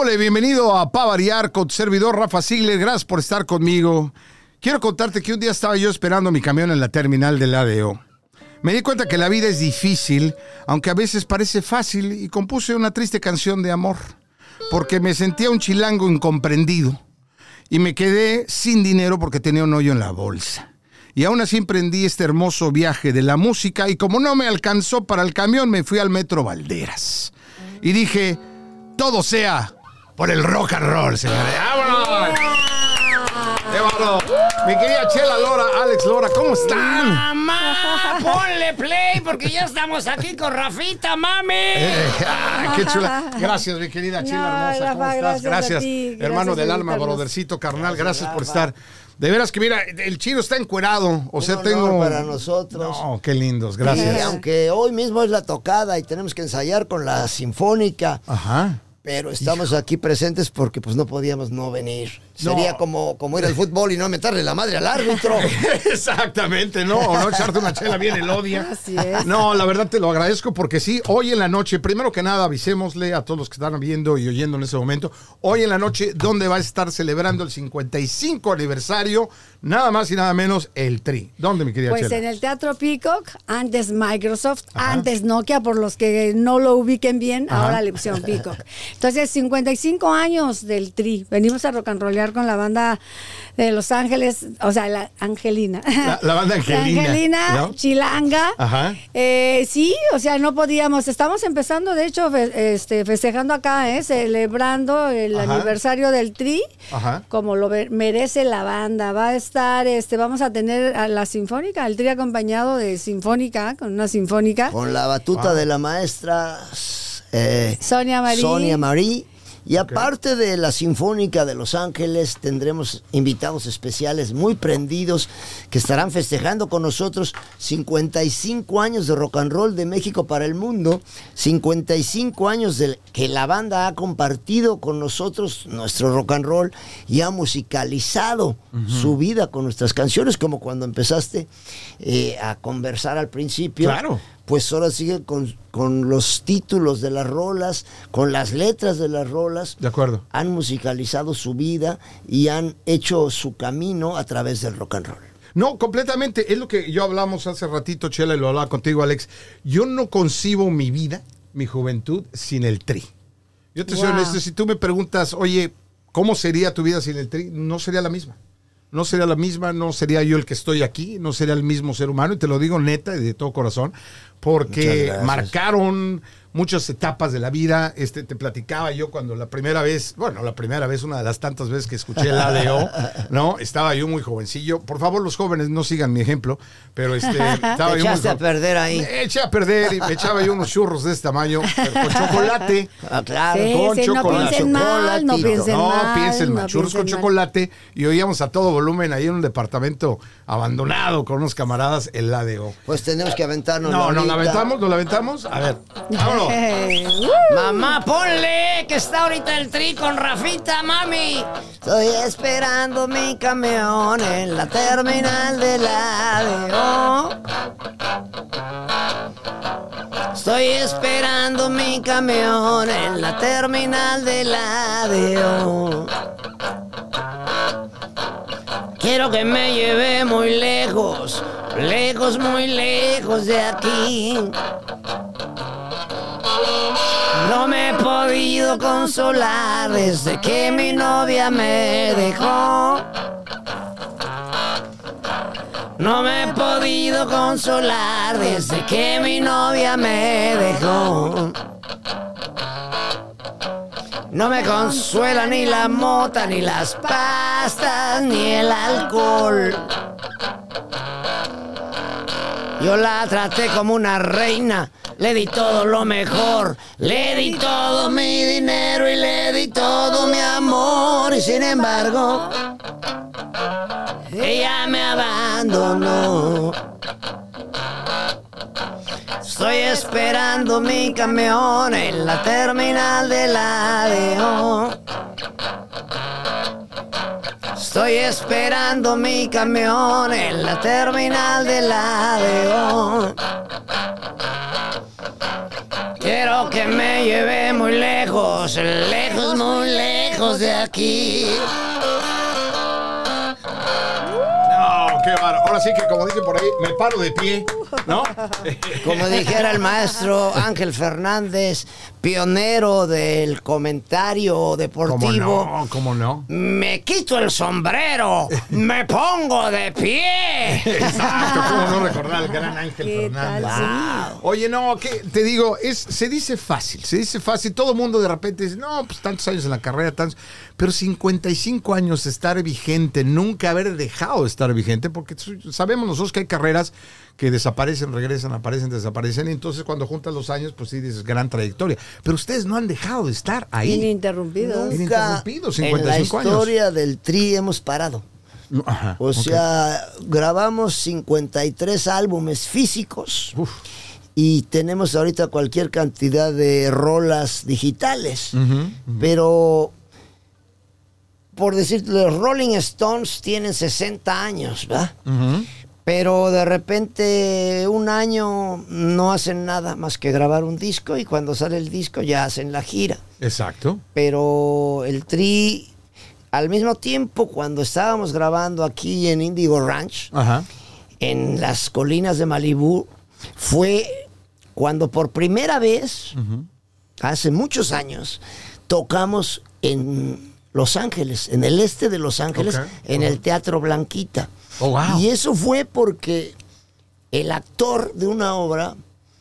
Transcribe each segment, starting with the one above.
Hola, bienvenido a Pa' Variar con tu servidor Rafa Ziegler. Gracias por estar conmigo. Quiero contarte que un día estaba yo esperando mi camión en la terminal del ADO. Me di cuenta que la vida es difícil, aunque a veces parece fácil, y compuse una triste canción de amor, porque me sentía un chilango incomprendido y me quedé sin dinero porque tenía un hoyo en la bolsa. Y aún así emprendí este hermoso viaje de la música y como no me alcanzó para el camión, me fui al Metro Valderas. Y dije, todo sea por el rock and roll, señores. ¡Vámonos! ¡Vámonos! Mi querida Chela Lora, Alex Lora, ¿cómo están? ¡Mamá! ¡Ponle play! Porque ya estamos aquí con Rafita, mami. ¡Qué chula! Gracias, mi querida Chela hermosa. ¿Cómo estás? Gracias, hermano del alma, brodercito, carnal. Gracias por estar. De veras que mira, el chino está encuerado. O sea, tengo. Para nosotros. No, qué lindos, gracias. Y aunque hoy mismo es la tocada y tenemos que ensayar con la Sinfónica. Ajá. Pero estamos aquí presentes porque pues no podíamos no venir. Sería como ir al fútbol y no meterle la madre al árbitro. Exactamente, no, o no echarte una chela bien elodia. Así es. No, la verdad te lo agradezco porque sí, hoy en la noche, primero que nada avisémosle a todos los que están viendo y oyendo en ese momento, hoy en la noche, donde va a estar celebrando el 55 aniversario, nada más y nada menos, el Tri. ¿Dónde, mi querida Pues Chela? en el Teatro Peacock, antes Microsoft, antes Nokia, por los que no lo ubiquen bien, ahora le pusieron Peacock. Entonces, 55 años del Tri. Venimos a rock and rollear con la banda de Los Ángeles, o sea, la Angelina. La banda Angelina. La Angelina, ¿no? Chilanga. Ajá. Sí, o sea, no podíamos. Estamos empezando, de hecho, festejando acá, celebrando el aniversario del Tri, como lo merece la banda. Va a estar, vamos a tener a la Sinfónica, el Tri acompañado de Sinfónica, con una Sinfónica. Con la batuta de la maestra Sonia Marie. Y aparte de la Sinfónica de Los Ángeles, tendremos invitados especiales muy prendidos que estarán festejando con nosotros 55 años de rock and roll de México para el mundo, 55 años de que la banda ha compartido con nosotros nuestro rock and roll y ha musicalizado su vida con nuestras canciones, como cuando empezaste a conversar al principio. Claro. Pues ahora sigue con los títulos de las rolas, con las letras de las rolas. De acuerdo. Han musicalizado su vida y han hecho su camino a través del rock and roll. No, completamente. Es lo que yo hablamos hace ratito, Chela, y lo hablaba contigo, Alex. Yo no concibo mi vida, mi juventud, sin el Tri. Yo te soy honesto, si tú me preguntas, oye, ¿cómo sería tu vida sin el Tri? No sería la misma. No sería la misma, no sería yo el que estoy aquí, no sería el mismo ser humano, y te lo digo neta y de todo corazón, porque marcaron muchas etapas de la vida. Te platicaba yo cuando la primera vez, una de las tantas veces que escuché el ADO, ¿no? Estaba yo muy jovencillo. Por favor, los jóvenes no sigan mi ejemplo, pero estaba yo echaste a perder ahí. Me eché a perder y me echaba yo unos churros de este tamaño, pero con chocolate. Claro, Sí, con sí, chocolate. no piensen mal, no piensen mal. No piensen mal, churros con chocolate, y oíamos a todo volumen ahí en un departamento abandonado con unos camaradas el ADO. Pues tenemos que aventarnos. No, ¿nos la aventamos? A ver, vámonos. Mamá, ponle que está ahorita el Tri con Rafita, mami. Estoy esperando mi camión en la terminal del ADO. Estoy esperando mi camión en la terminal del ADO. Quiero que me lleve muy lejos, muy lejos de aquí. No me he podido consolar desde que mi novia me dejó. No me he podido consolar desde que mi novia me dejó. No me consuela ni la mota, ni las pastas, ni el alcohol. Yo la traté como una reina, le di todo lo mejor, le di todo mi dinero y le di todo mi amor. Y sin embargo, ella me abandonó. Estoy esperando mi camión en la terminal del ADO. Estoy esperando mi camión en la terminal del ADO. Quiero quiero que me lleve muy lejos, lejos, muy lejos de aquí. Qué bárbaro. Ahora sí que, como dicen por ahí, me paro de pie, ¿no? Como dijera el maestro Ángel Fernández, pionero del comentario deportivo. ¿Cómo no? Me quito el sombrero, me pongo de pie. Exacto, cómo no recordar al gran Ángel Fernández. Wow. Oye, no, ¿qué te digo? Se dice fácil. Todo el mundo de repente dice, no, pues tantos años en la carrera, pero 55 años de estar vigente, nunca haber dejado de estar vigente, porque sabemos nosotros que hay carreras que desaparecen, regresan, aparecen, desaparecen, y entonces cuando juntas los años, pues sí dices, gran trayectoria. Pero ustedes no han dejado de estar ahí. Ininterrumpidos. Ininterrumpidos, 55 en la historia años. del Tri hemos parado. Ajá, o sea, grabamos 53 álbumes físicos. Uf. Y tenemos ahorita cualquier cantidad de rolas digitales. Pero, por decirte, los Rolling Stones tienen 60 años, ¿verdad? Pero de repente un año no hacen nada más que grabar un disco, y cuando sale el disco ya hacen la gira. Exacto. Pero el Tri, al mismo tiempo, cuando estábamos grabando aquí en Indigo Ranch, Ajá. en las colinas de Malibú, fue cuando por primera vez, hace muchos años, tocamos en Los Ángeles, en el este de Los Ángeles, en el Teatro Blanquita. Oh, wow. Y eso fue porque el actor de una obra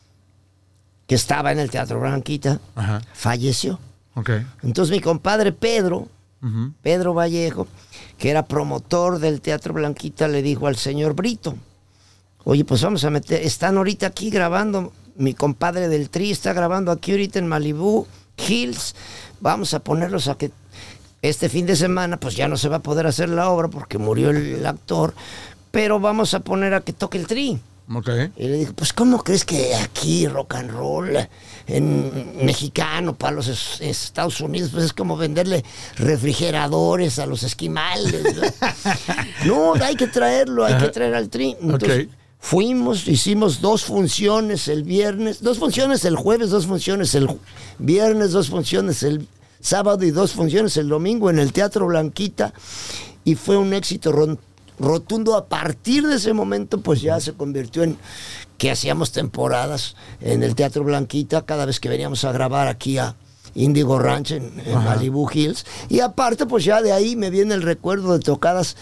que estaba en el Teatro Blanquita falleció. Okay. Entonces mi compadre Pedro Vallejo, que era promotor del Teatro Blanquita, le dijo al señor Brito, oye, pues vamos a meter, están ahorita aquí grabando, mi compadre del Tri está grabando aquí ahorita en Malibú Hills, vamos a ponerlos a que este fin de semana pues ya no se va a poder hacer la obra porque murió el actor, pero vamos a poner a que toque el Tri. Okay. Y le dijo, pues ¿cómo crees que aquí rock and roll en mexicano para los Estados Unidos pues es como venderle refrigeradores a los esquimales? No, hay que traerlo, hay que traer al Tri. Entonces, fuimos, hicimos 2 funciones el viernes, 2 funciones el jueves, 2 funciones el viernes, 2 funciones el sábado y 2 funciones el domingo en el Teatro Blanquita, y fue un éxito rotundo. A partir de ese momento pues ya se convirtió en que hacíamos temporadas en el Teatro Blanquita cada vez que veníamos a grabar aquí a Indigo Ranch en Malibú Hills, y aparte pues ya de ahí me viene el recuerdo de tocadas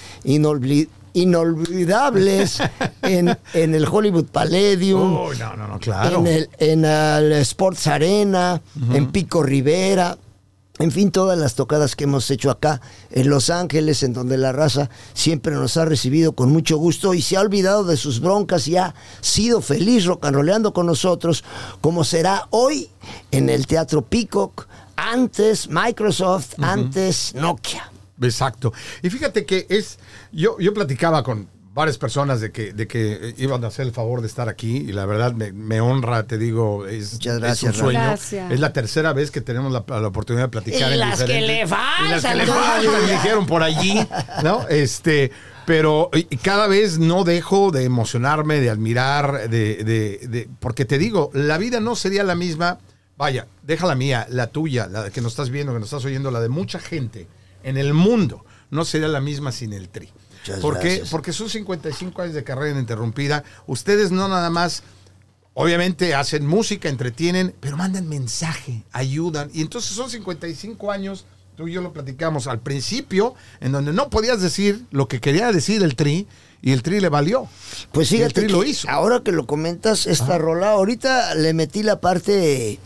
inolvidables en el Hollywood Palladium, claro. en el Sports Arena, en Pico Rivera. En fin, todas las tocadas que hemos hecho acá en Los Ángeles, en donde la raza siempre nos ha recibido con mucho gusto y se ha olvidado de sus broncas y ha sido feliz rock and rollando con nosotros, como será hoy en el Teatro Peacock, antes Microsoft, antes Nokia. Exacto. Y fíjate que yo platicaba con varias personas de que iban a hacer el favor de estar aquí, y la verdad me honra, te digo, muchas gracias, es un sueño. Gracias. Es la tercera vez que tenemos la oportunidad de platicar. Y las que le faltan. Y las que le faltan, dijeron por allí, ¿no? Pero cada vez no dejo de emocionarme, de admirar, porque te digo, la vida no sería la misma, vaya, deja la mía, la tuya, la que nos estás viendo, que nos estás oyendo, la de mucha gente en el mundo, no sería la misma sin el Tri. Porque son 55 años de carrera ininterrumpida. Ustedes no nada más, obviamente hacen música, entretienen, pero mandan mensaje, ayudan. Y entonces son 55 años, tú y yo lo platicamos al principio, en donde no podías decir lo que quería decir el Tri, y el Tri le valió. Pues fíjate, el Tri que lo hizo. Ahora que lo comentas, esta rola, ahorita le metí la parte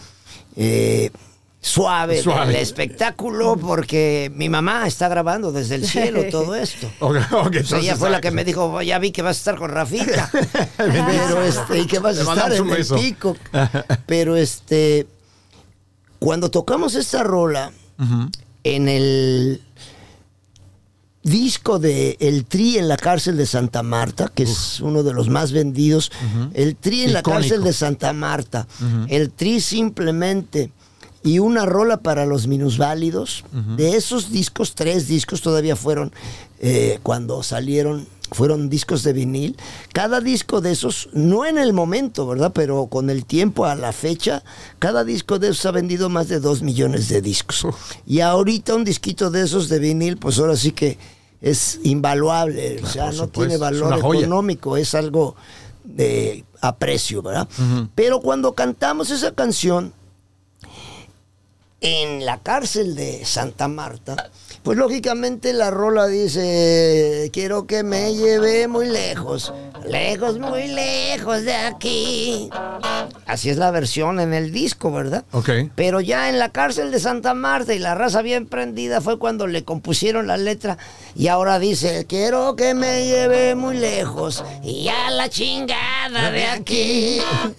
suave del espectáculo, porque mi mamá está grabando desde el cielo todo esto. Ella fue la que me dijo, ya vi que vas a estar con Rafita. Pero y que vas a estar en el Pico. Pero cuando tocamos esta rola en el disco de El Tri en la cárcel de Santa Marta, que es uno de los más vendidos, El Tri en la cárcel de Santa Marta, El Tri simplemente y una rola para los minusválidos. De esos discos, 3 discos todavía fueron, cuando salieron, fueron discos de vinil. Cada disco de esos, no en el momento, ¿verdad? Pero con el tiempo, a la fecha, cada disco de esos ha vendido más de 2 millones de discos. Y ahorita un disquito de esos de vinil, pues ahora sí que es invaluable. O sea, no tiene valor económico, es algo de aprecio, ¿verdad? Pero cuando cantamos esa canción en la cárcel de Santa Marta, pues lógicamente la rola dice: quiero que me lleve muy lejos, lejos, muy lejos de aquí. Así es la versión en el disco, ¿verdad? Okay. Pero ya en la cárcel de Santa Marta y la raza bien prendida fue cuando le compusieron la letra, y ahora dice: quiero que me lleve muy lejos y a la chingada de aquí.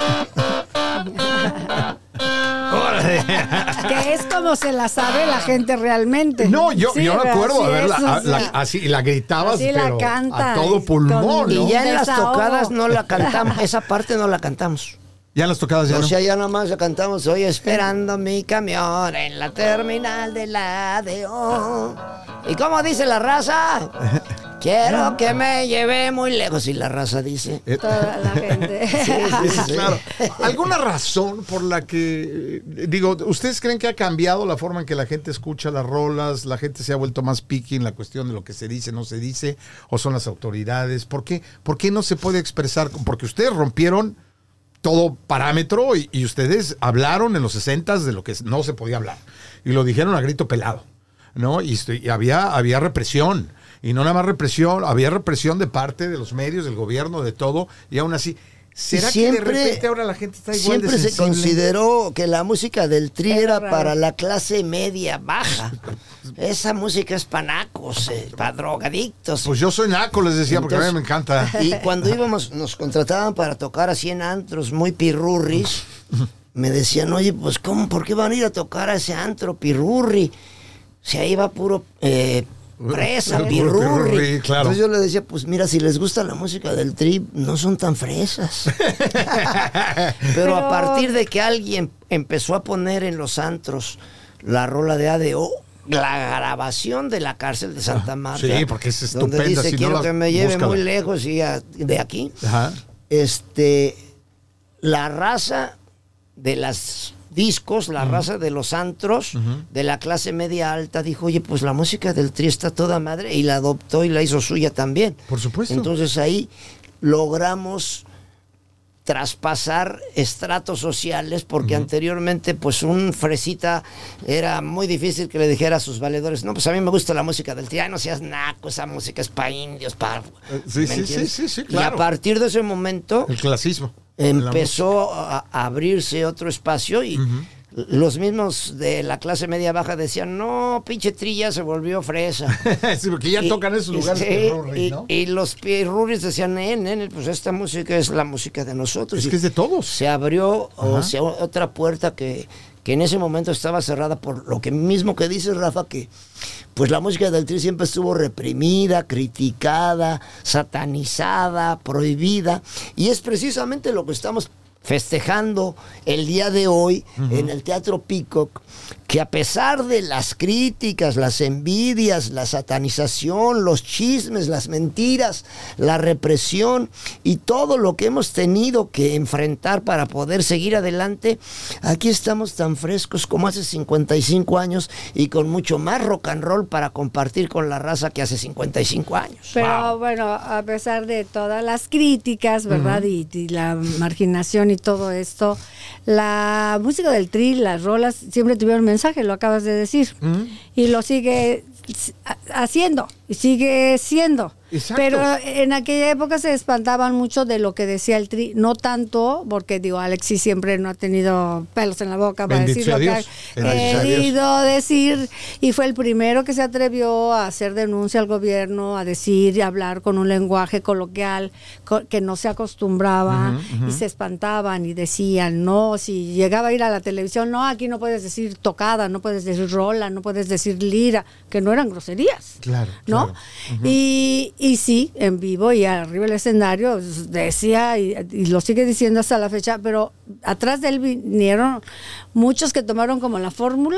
Que es como se la sabe la gente realmente. No, yo me acuerdo de verla así, y la gritabas, así pero la canta, a todo pulmón, y ¿no? ya en las tocadas no la cantamos, esa parte no la cantamos. Ya en las tocadas ya O no. sea, ya nomás la cantamos: estoy esperando mi camión en la terminal de la ADO. ¿Y cómo dice la raza? Quiero que me lleve muy lejos. Y la raza dice: toda la gente. Sí, claro. ¿Alguna razón por la que, digo, ustedes creen que ha cambiado la forma en que la gente escucha las rolas, la gente se ha vuelto más picky en la cuestión de lo que se dice, no se dice, o son las autoridades? ¿Por qué no se puede expresar? Porque ustedes rompieron todo parámetro y ustedes hablaron en los 60s de lo que no se podía hablar, y lo dijeron a grito pelado, ¿no? Y había represión. Y no nada más represión, había represión de parte de los medios, del gobierno, de todo, y aún así, ¿será que de repente ahora la gente está igual de sensible? Siempre se consideró que la música del Tri era para la clase media baja. Esa música es para nacos, para drogadictos. Pues yo soy naco, les decía, porque a mí me encanta. Y cuando íbamos, nos contrataban para tocar así en antros muy pirurris, me decían: oye, pues ¿cómo? ¿Por qué van a ir a tocar a ese antro pirurri? Si ahí va puro... fresa, pirurri. Claro. Entonces yo le decía: pues mira, si les gusta la música del Tri, no son tan fresas. Pero a partir de que alguien empezó a poner en los antros la rola de ADO, la grabación de la cárcel de Santa Marta, sí, porque es estupenda. donde dice: si quiero no que me lleve búscala muy lejos y de aquí. Ajá. La raza de las discos, la raza de los antros, de la clase media alta, dijo: oye, pues la música del Tri está toda madre, y la adoptó y la hizo suya también. Por supuesto. Entonces ahí logramos traspasar estratos sociales, porque anteriormente pues un fresita era muy difícil que le dijera a sus valedores: no, pues a mí me gusta la música del Tri. Ay, no seas naco, esa música es para indios, para... Sí, claro. Y a partir de ese momento... el clasismo. Empezó a abrirse otro espacio, y los mismos de la clase media baja decían: no, pinche Tri ya se volvió fresa. Sí, porque ya tocan esos lugares pirurris, ¿no? Y los pirurris decían: nene, pues esta música es la música de nosotros. Es que es de todos. Se abrió otra puerta que en ese momento estaba cerrada, por lo que mismo que dice Rafa, que pues la música del Tri siempre estuvo reprimida, criticada, satanizada, prohibida, y es precisamente lo que estamos festejando el día de hoy en el Teatro Peacock, que a pesar de las críticas, las envidias, la satanización, los chismes, las mentiras, la represión y todo lo que hemos tenido que enfrentar para poder seguir adelante, aquí estamos tan frescos como hace 55 años y con mucho más rock and roll para compartir con la raza que hace 55 años. Pero bueno, a pesar de todas las críticas, ¿verdad? Y la marginación y todo esto, la música del Tri, las rolas siempre tuvieron mensaje, lo acabas de decir, y lo sigue haciendo y sigue siendo. Exacto. Pero en aquella época se espantaban mucho de lo que decía el Tri, no tanto, porque digo, Alexis siempre no ha tenido pelos en la boca para decir lo que ha querido decir, y fue el primero que se atrevió a hacer denuncia al gobierno, a decir y hablar con un lenguaje coloquial que no se acostumbraba, y se espantaban y decían: no, si llegaba a ir a la televisión, no, aquí no puedes decir tocada, no puedes decir rola, no puedes decir lira, que no eran groserías, claro, ¿no? Claro. Y Y sí, en vivo y arriba del escenario decía, y lo sigue diciendo hasta la fecha, pero atrás de él vinieron muchos que tomaron como la fórmula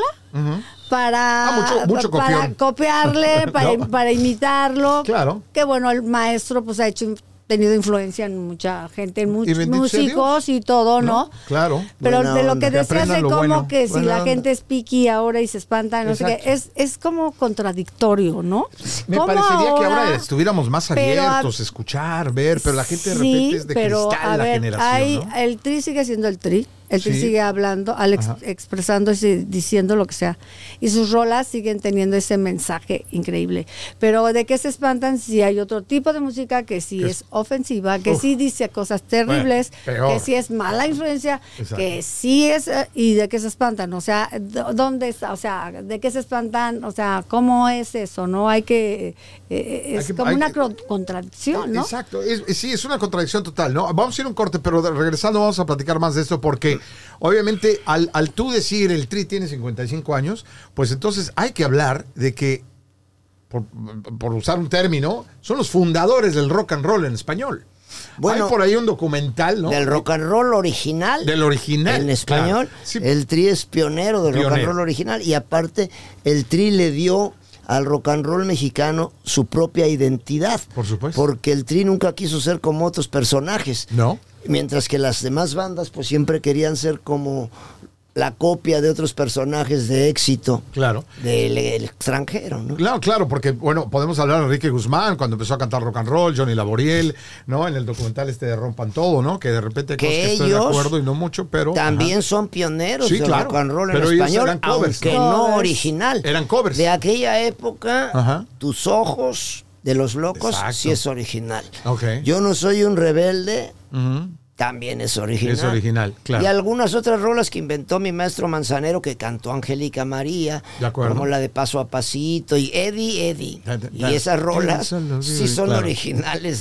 para copiarle, para imitarlo. Claro. Que bueno, el maestro pues ha tenido influencia en mucha gente, en muchos músicos y todo, ¿no? Claro. Pero de lo que decías de cómo que si la gente es piqui ahora y se espanta, no sé qué, es como contradictorio, ¿no? Me parecería que ahora estuviéramos más abiertos, escuchar, ver, pero la gente de repente es de cristal la generación, ¿no? El Tri sigue siendo el Tri. El Tri sigue hablando, expresándose, diciendo lo que sea. Y sus rolas siguen teniendo ese mensaje increíble. Pero ¿de qué se espantan si hay otro tipo de música que sí es ofensiva, que sí dice cosas terribles, que sí es mala influencia, que sí es... ¿Y de qué se espantan? O sea, ¿dónde está? O sea, ¿de qué se espantan? O sea, ¿cómo es eso? ¿No? Hay que... es como una contradicción, ¿no? Exacto. Sí, es una contradicción total, ¿no? Vamos a ir a un corte, pero regresando vamos a platicar más de esto porque obviamente al tú decir el Tri tiene 55 años, pues entonces hay que hablar de que, por usar un término, son los fundadores del rock and roll en español. Bueno, hay por ahí un documental, ¿no? Del rock and roll original. Del original. En español. Claro. Sí. El Tri es pionero del rock and roll original y aparte el Tri le dio al rock and roll mexicano su propia identidad. Por supuesto. Porque el Tri nunca quiso ser como otros personajes. No. Mientras que las demás bandas pues siempre querían ser como la copia de otros personajes de éxito del extranjero, ¿no? Claro, porque bueno, podemos hablar de Enrique Guzmán cuando empezó a cantar rock and roll, Johnny Laboriel, ¿no? En el documental de Rompan Todo, ¿no? Que de repente hay cosas que estoy de acuerdo y no mucho, pero también son pioneros del rock and roll en español, covers, aunque no original. Eran covers. De aquella época, Tus ojos de los locos sí es original. Okay. Yo no soy un rebelde. También es original. Es original, claro. Y algunas otras rolas que inventó mi maestro Manzanero, que cantó Angélica María, como la de Paso a Pasito, y Eddie. Y esas rolas sí son originales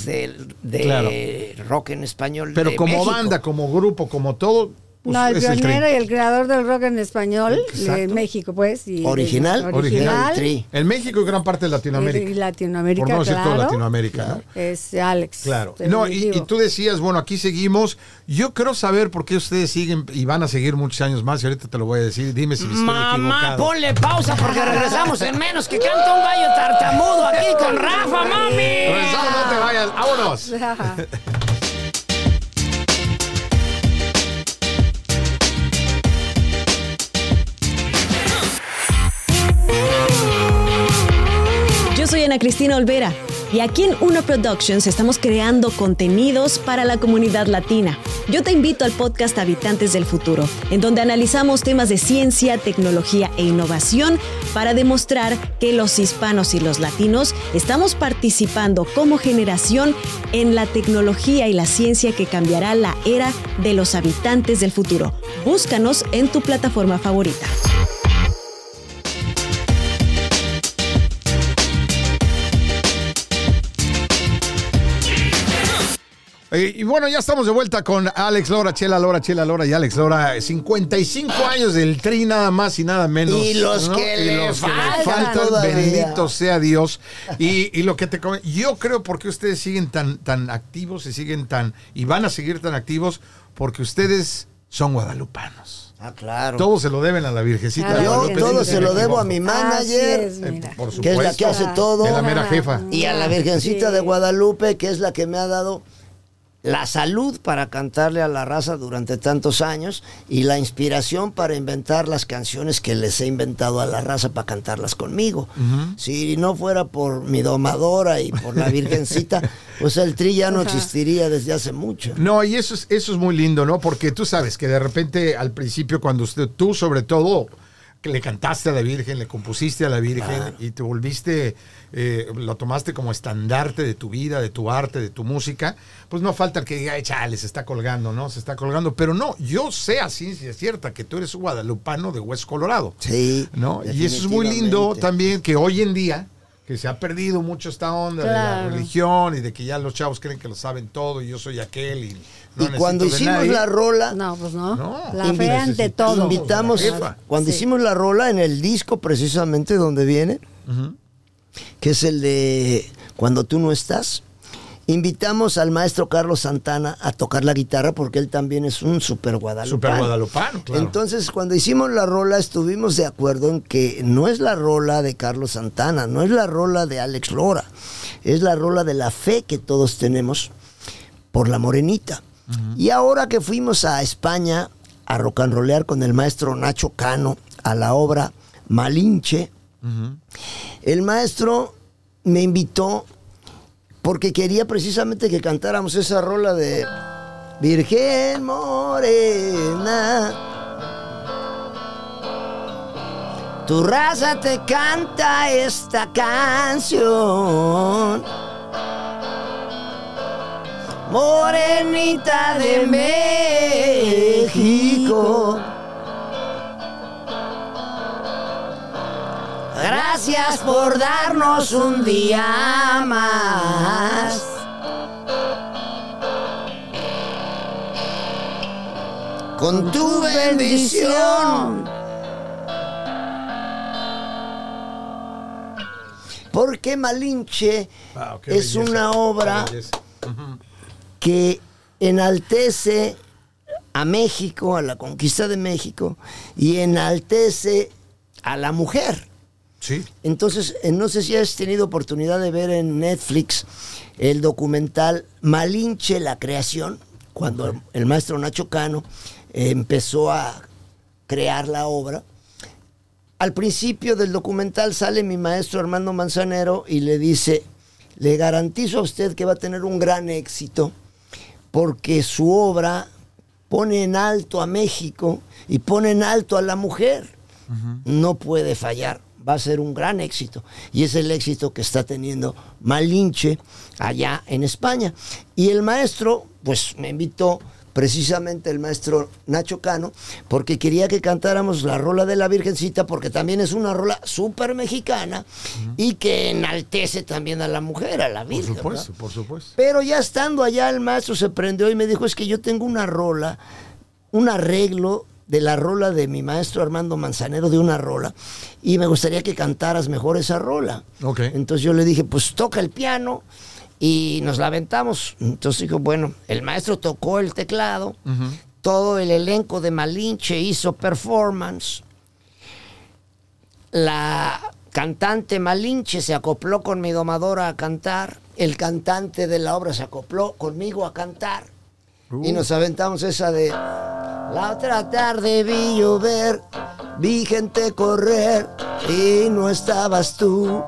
de rock en español. Pero de como México. Banda, como grupo, como todo... Pues no, el pionero y el creador del rock en español de México, pues. Y original. En México y gran parte de Latinoamérica. Y Latinoamérica, por no decir toda Latinoamérica, ¿no? Es Alex. Claro. No, y tú decías, bueno, aquí seguimos. Yo quiero saber por qué ustedes siguen y van a seguir muchos años más. Y ahorita te lo voy a decir. Dime si estoy equivocado. Mamá, ponle pausa porque regresamos en menos que canta un gallo tartamudo aquí con Rafa, mami. Regresamos, no te vayas. ¡Vámonos! Yo soy Ana Cristina Olvera y aquí en Uno Productions estamos creando contenidos para la comunidad latina. Yo te invito al podcast Habitantes del Futuro, en donde analizamos temas de ciencia, tecnología e innovación para demostrar que los hispanos y los latinos estamos participando como generación en la tecnología y la ciencia que cambiará la era de los habitantes del futuro. Búscanos en tu plataforma favorita. Y bueno, ya estamos de vuelta con Alex Lora, Chela Lora y Alex Lora. 55 años del Tri, nada más y nada menos. Y los que le faltan, bendito sea Dios. Y lo que te comento, yo creo porque ustedes siguen tan activos y van a seguir tan activos porque ustedes son guadalupanos. Ah, claro. Todo se lo deben a la Virgencita. Yo todo se lo debo a mi manager, por supuesto, que es la que hace todo. Es la mera jefa. Y a la Virgencita de Guadalupe, que es la que me ha dado la salud para cantarle a la raza durante tantos años y la inspiración para inventar las canciones que les he inventado a la raza para cantarlas conmigo. Si no fuera por mi domadora y por la Virgencita, pues el Tri ya no existiría desde hace mucho. No, y eso es muy lindo, ¿no? Porque tú sabes que de repente al principio cuando tú sobre todo que le cantaste a la Virgen, le compusiste a la Virgen y te volviste, lo tomaste como estandarte de tu vida, de tu arte, de tu música, pues no falta el que diga, chale, se está colgando, ¿no? Se está colgando, pero no, yo sé a ciencia cierta que tú eres un guadalupano de Hueso Colorado. Sí. ¿No? Y eso es muy lindo también, que hoy en día, que se ha perdido mucho esta onda de la religión y de que ya los chavos creen que lo saben todo y yo soy aquel y no cuando hicimos la rola, la fe ante todo. Invitamos, cuando hicimos la rola en el disco precisamente donde viene, que es el de cuando tú no estás. Invitamos al maestro Carlos Santana a tocar la guitarra porque él también es un super guadalupano. Claro. Entonces, cuando hicimos la rola, estuvimos de acuerdo en que no es la rola de Carlos Santana, no es la rola de Alex Lora, es la rola de la fe que todos tenemos por la Morenita. Y ahora que fuimos a España a rock and rollear con el maestro Nacho Cano a la obra Malinche, el maestro me invitó porque quería precisamente que cantáramos esa rola de Virgen Morena. Tu raza te canta esta canción, Morenita de México. Gracias por darnos un día más. Con tu bendición. Porque Malinche es belleza, una obra que enaltece a México, a la conquista de México, y enaltece a la mujer. Sí. Entonces, no sé si has tenido oportunidad de ver en Netflix el documental Malinche, la creación, cuando el maestro Nacho Cano empezó a crear la obra. Al principio del documental sale mi maestro Armando Manzanero y le dice: le garantizo a usted que va a tener un gran éxito porque su obra pone en alto a México y pone en alto a la mujer. No puede fallar. Va a ser un gran éxito. Y es el éxito que está teniendo Malinche allá en España. Y el maestro, pues me invitó, precisamente el maestro Nacho Cano, porque quería que cantáramos la rola de la Virgencita, porque también es una rola súper mexicana y que enaltece también a la mujer, a la Virgen. Por supuesto. Pero ya estando allá, el maestro se prendió y me dijo: es que yo tengo una rola, un arreglo de la rola de mi maestro Armando Manzanero, de una rola, y me gustaría que cantaras mejor esa rola. Okay. Entonces yo le dije: pues toca el piano, y nos la aventamos. Entonces dijo: bueno, el maestro tocó el teclado, todo el elenco de Malinche hizo performance, la cantante Malinche se acopló con mi domadora a cantar, el cantante de la obra se acopló conmigo a cantar, y nos aventamos esa de: la otra tarde vi llover, vi gente correr y no estabas tú.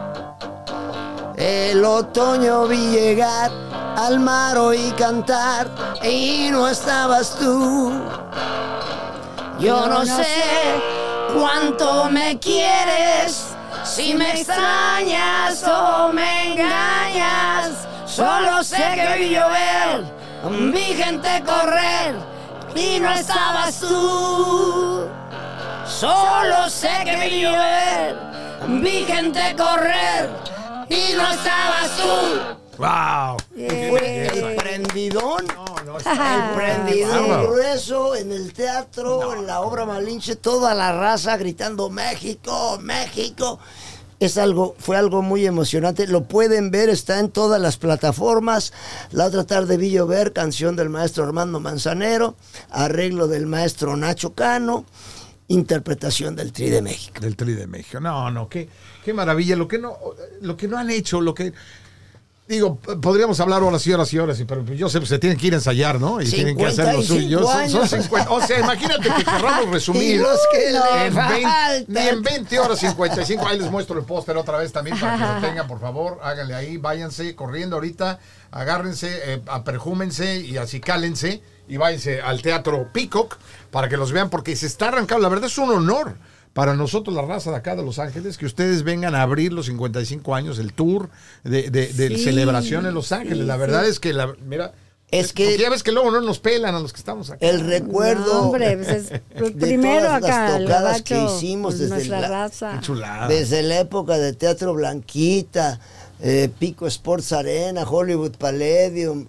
El otoño vi llegar al mar, oí cantar y no estabas tú. Yo no sé cuánto me quieres, si me extrañas o me engañas. Solo sé que vi llover, vi gente correr y no estabas tú. Solo sé que vi llover, vi gente correr y no estabas tú. ¡Wow! Fue el prendidón. El prendidón grueso en el teatro, en la obra Malinche, toda la raza gritando México, México. Fue algo muy emocionante. Lo pueden ver, está en todas las plataformas. La otra tarde vi llover, canción del maestro Armando Manzanero, arreglo del maestro Nacho Cano, interpretación del Tri de México. Del Tri de México. No, qué maravilla. Lo que no han hecho, digo, podríamos hablar horas y horas y horas, pero yo sé, pues se tienen que ir a ensayar, ¿no? Y tienen que hacer lo suyo. Son 50. O sea, imagínate que querramos resumir. Y los que en 20 horas 55. Ahí les muestro el póster otra vez también para que lo tengan, por favor. Háganle ahí, váyanse corriendo ahorita, agárrense, aperjúmense y acicálense y váyanse al Teatro Peacock para que los vean, porque se está arrancando. La verdad es un honor para nosotros, la raza de acá de Los Ángeles, que ustedes vengan a abrir los 55 años, el tour de celebración en Los Ángeles. La verdad es que, mira, es que porque ya ves que luego no nos pelan a los que estamos acá. El recuerdo, no, hombre, pues es el primero todas acá, las tocadas que hicimos nuestra raza. Desde la época de Teatro Blanquita, Pico Sports Arena, Hollywood Palladium,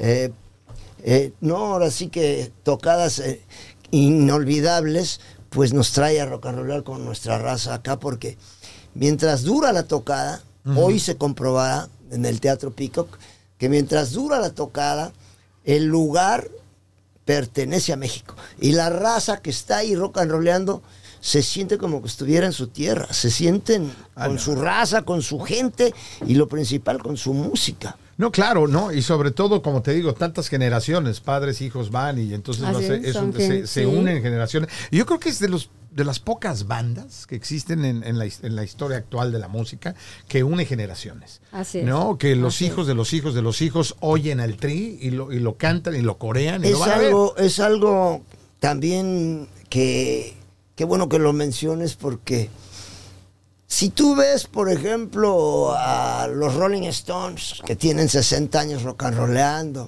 ahora sí que tocadas inolvidables, pues nos trae a rock and rollar con nuestra raza acá, porque mientras dura la tocada, hoy se comprobará, en el Teatro Peacock, que mientras dura la tocada, el lugar pertenece a México. Y la raza que está ahí rock and rollando se siente como que estuviera en su tierra. Se sienten con su raza, con su gente y lo principal, con su música. No, claro, ¿no? Y sobre todo, como te digo, tantas generaciones, padres, hijos van y entonces se unen generaciones. Y yo creo que es de las pocas bandas que existen en la historia actual de la música que une generaciones. Así es. ¿No? Que los hijos de los hijos de los hijos oyen al Tri y lo cantan y lo corean y es lo van a ver. Es algo también que qué bueno que lo menciones, porque si tú ves, por ejemplo, a los Rolling Stones, que tienen 60 años rock and rollando,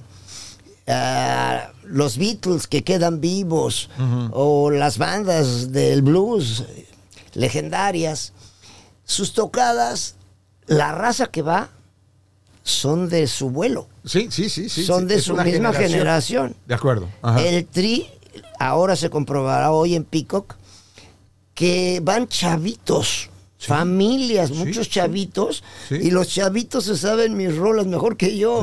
los Beatles que quedan vivos, o las bandas del blues legendarias, sus tocadas, la raza que va son de su vuelo. Sí. Son de su misma generación. De acuerdo. Ajá. El Tri, ahora se comprobará hoy en Peacock, que van chavitos, familias, muchos chavitos, y los chavitos se saben mis rolas mejor que yo.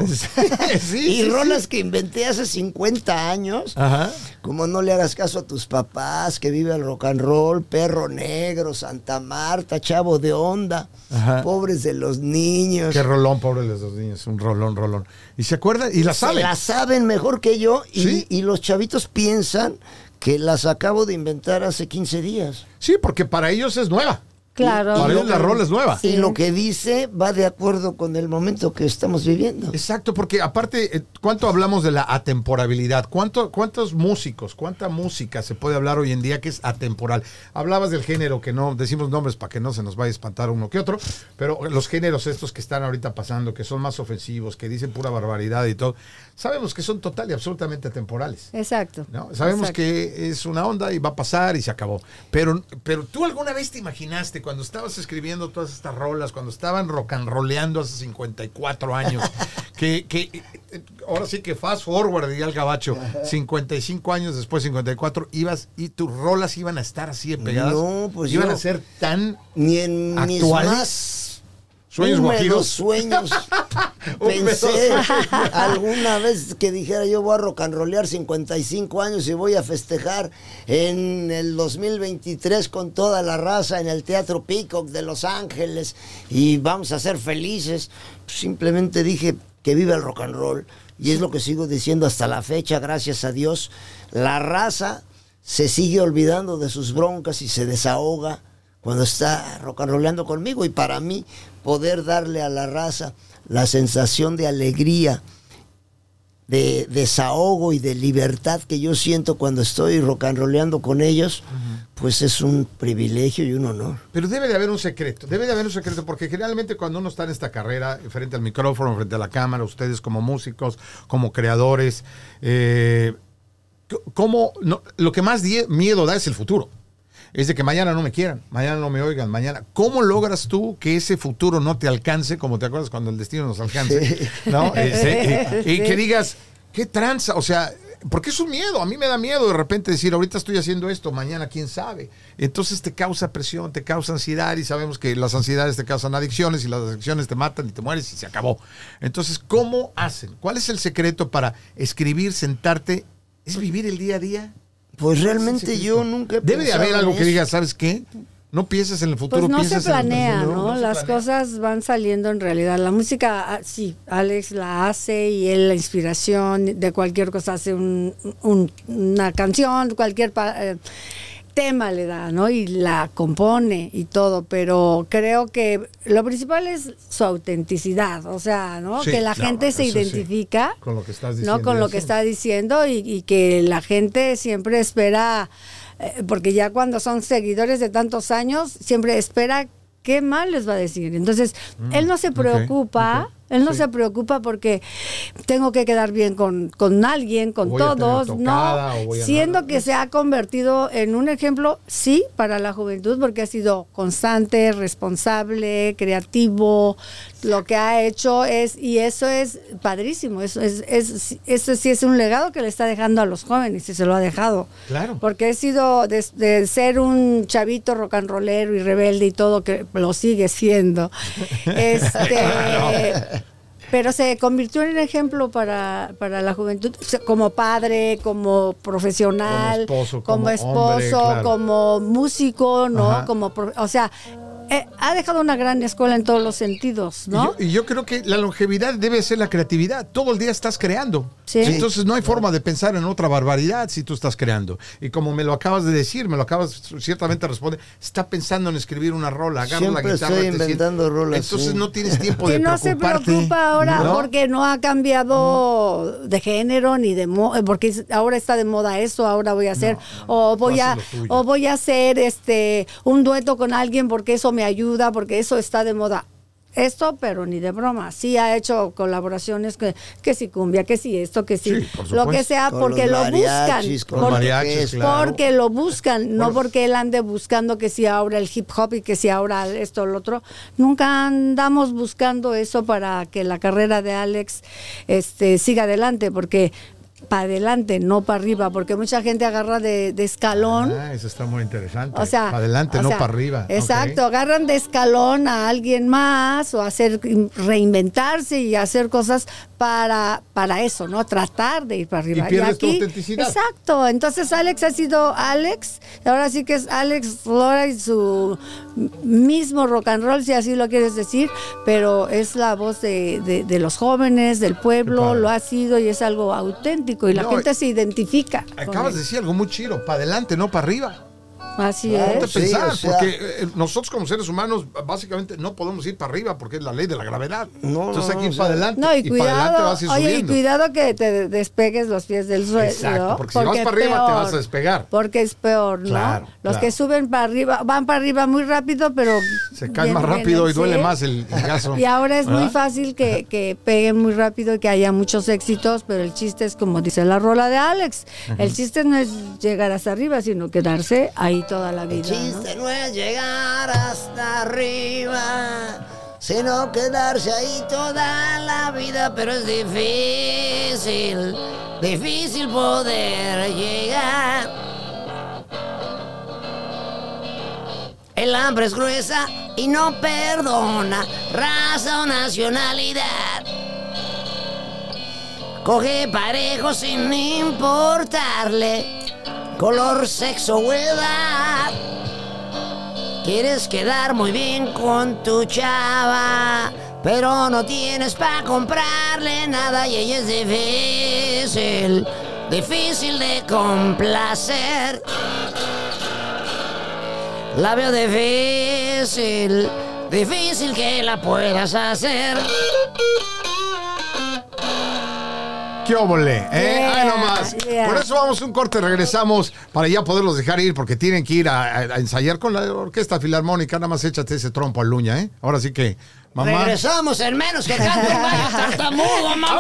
Rolas que inventé hace 50 años, como No le hagas caso a tus papás, Que vive el rock and roll, Perro Negro, Santa Marta, Chavo de Onda, Pobres de los niños. Qué rolón, Pobres de los niños, un rolón. ¿Y se acuerdan? Y la saben. La saben mejor que yo, y los chavitos piensan que las acabo de inventar hace 15 días. Sí, porque para ellos es nueva. Claro. Para ellos la rola es nueva. Y lo que dice va de acuerdo con el momento que estamos viviendo. Exacto, porque aparte, ¿cuánto hablamos de la atemporalidad? ¿Cuántos músicos, cuánta música se puede hablar hoy en día que es atemporal? Hablabas del género, que no decimos nombres para que no se nos vaya a espantar uno que otro, pero los géneros estos que están ahorita pasando, que son más ofensivos, que dicen pura barbaridad y todo, sabemos que son total y absolutamente atemporales. Exacto. ¿No? Sabemos que es una onda y va a pasar y se acabó. Pero ¿tú alguna vez te imaginaste cuando estabas escribiendo todas estas rolas, cuando estaban rock and rolleando hace 54 años, que ahora sí que fast forward, diría el gabacho, 55 años después, 54, ibas y tus rolas iban a estar así de pegadas? No, pues iban a ser tan ni en actuales. Mis más sueños guajiros. Sueños. Pensé alguna vez que dijera yo voy a rock and rollear 55 años y voy a festejar en el 2023 con toda la raza en el Teatro Peacock de Los Ángeles y vamos a ser felices. Simplemente dije que viva el rock and roll, y es lo que sigo diciendo hasta la fecha, gracias a Dios. La raza se sigue olvidando de sus broncas y se desahoga cuando está rock and rollando conmigo, y para mí poder darle a la raza la sensación de alegría, de desahogo y de libertad que yo siento cuando estoy rock and rollando con ellos, pues es un privilegio y un honor. Pero debe de haber un secreto, porque generalmente cuando uno está en esta carrera, frente al micrófono, frente a la cámara, ustedes como músicos, como creadores, lo que más miedo da es el futuro. Es de que mañana no me quieran, mañana no me oigan, mañana. ¿Cómo logras tú que ese futuro no te alcance, como te acuerdas cuando el destino nos alcance? ¿No? Y que digas, ¿qué tranza? O sea, porque es un miedo. A mí me da miedo de repente decir, ahorita estoy haciendo esto, mañana quién sabe. Entonces te causa presión, te causa ansiedad, y sabemos que las ansiedades te causan adicciones, y las adicciones te matan y te mueres y se acabó. Entonces, ¿cómo hacen? ¿Cuál es el secreto para escribir, sentarte? ¿Es vivir el día a día? Pues realmente yo nunca he pensado. Debe de haber algo que diga, ¿sabes qué? No pienses en el futuro, pues no piensas se planea, en el ¿no? Las cosas van saliendo en realidad. La música, sí, Alex la hace, y él la inspiración de cualquier cosa hace una canción, cualquier tema le da, ¿no? Y la compone y todo, pero creo que lo principal es su autenticidad, o sea, ¿no? Sí, que la gente se identifica con lo que estás diciendo, ¿no? Con lo que está diciendo, y que la gente siempre espera, porque ya cuando son seguidores de tantos años, siempre espera qué mal les va a decir. Entonces, él no se preocupa. Él no se preocupa porque tengo que quedar bien con alguien, con todos, no, siendo que se ha convertido en un ejemplo, sí, para la juventud, porque ha sido constante, responsable, creativo. Lo que ha hecho y eso es padrísimo. Eso sí es un legado que le está dejando a los jóvenes, y se lo ha dejado. Claro. Porque he sido de ser un chavito rock and rollero y rebelde y todo, que lo sigue siendo. Pero se convirtió en un ejemplo para la juventud, como padre, como profesional, como esposo, hombre, claro. Como músico, ¿no? O sea, ha dejado una gran escuela en todos los sentidos, ¿no? Y yo creo que la longevidad debe ser la creatividad. Todo el día estás creando. Sí. Entonces no hay forma de pensar en otra barbaridad si tú estás creando. Y como me lo acabas de decir, ciertamente responde, está pensando en escribir una rola, agarra siempre la guitarra. Estoy inventando rolas. Entonces no tienes tiempo de preocuparte. Y no se preocupa ahora, ¿no? Porque no ha cambiado de género ni de moda, porque ahora está de moda eso, ahora voy a hacer, o voy a hacer un dueto con alguien porque eso me ayuda, porque eso está de moda. Esto, pero ni de broma. Sí ha hecho colaboraciones que si cumbia, que si esto, que si lo que sea, con porque lo buscan. Porque lo buscan, no porque él ande buscando que si ahora el hip hop y que si ahora esto o lo otro. Nunca andamos buscando eso para que la carrera de Alex siga adelante, porque para adelante, no para arriba, porque mucha gente agarra de escalón. Eso está muy interesante. O sea, para adelante, no para arriba. Exacto, agarran de escalón a alguien más o reinventarse y hacer cosas para eso, ¿no? Tratar de ir para arriba. Y pierdes tu autenticidad. Exacto, entonces Alex ha sido Alex, ahora sí que es Alex Lora y su mismo rock and roll, si así lo quieres decir, pero es la voz de los jóvenes, del pueblo, lo ha sido y es algo auténtico. Y la gente se identifica. Acabas de decir algo muy chido, para adelante, no para arriba. Así es. Ponte a pensar, porque nosotros como seres humanos básicamente no podemos ir para arriba porque es la ley de la gravedad. Entonces hay que ir para adelante. No, y cuidado, para adelante vas a ir subiendo. Y cuidado que te despegues los pies del suelo. Exacto, porque si vas para arriba te vas a despegar. Porque es peor, ¿no? Claro, los que suben para arriba, van para arriba muy rápido, pero se caen más rápido y duele más el gaso. Y ahora es muy fácil que peguen muy rápido y que haya muchos éxitos, pero el chiste es como dice la rola de Alex. El chiste no es llegar hasta arriba, sino quedarse ahí toda la vida. El chiste no es llegar hasta arriba, sino quedarse ahí toda la vida, pero es difícil poder llegar. El hambre es gruesa y no perdona raza o nacionalidad. Coge parejo sin importarle color, sexo o edad. Quieres quedar muy bien con tu chava, pero no tienes para comprarle nada y ella es difícil de complacer. La veo difícil que la puedas hacer. ¡Qué óvole! ¡Ahí nomás! Por eso vamos a un corte, regresamos para ya poderlos dejar ir, porque tienen que ir a ensayar con la Orquesta Filarmónica. Nada más échate ese trompo al Luña, ¿eh? Ahora sí que, mamá. Regresamos en menos que canto un gallo tartamudo, mamá.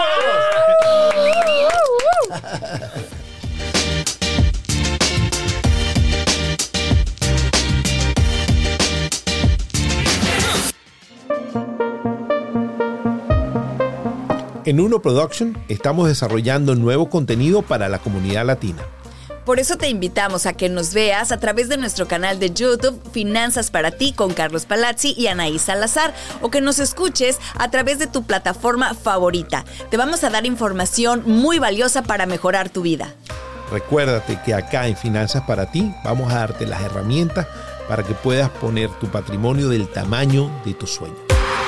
En Uno Production estamos desarrollando nuevo contenido para la comunidad latina. Por eso te invitamos a que nos veas a través de nuestro canal de YouTube Finanzas para ti con Carlos Palazzi y Anaí Salazar, o que nos escuches a través de tu plataforma favorita. Te vamos a dar información muy valiosa para mejorar tu vida. Recuérdate que acá en Finanzas para ti vamos a darte las herramientas para que puedas poner tu patrimonio del tamaño de tus sueños.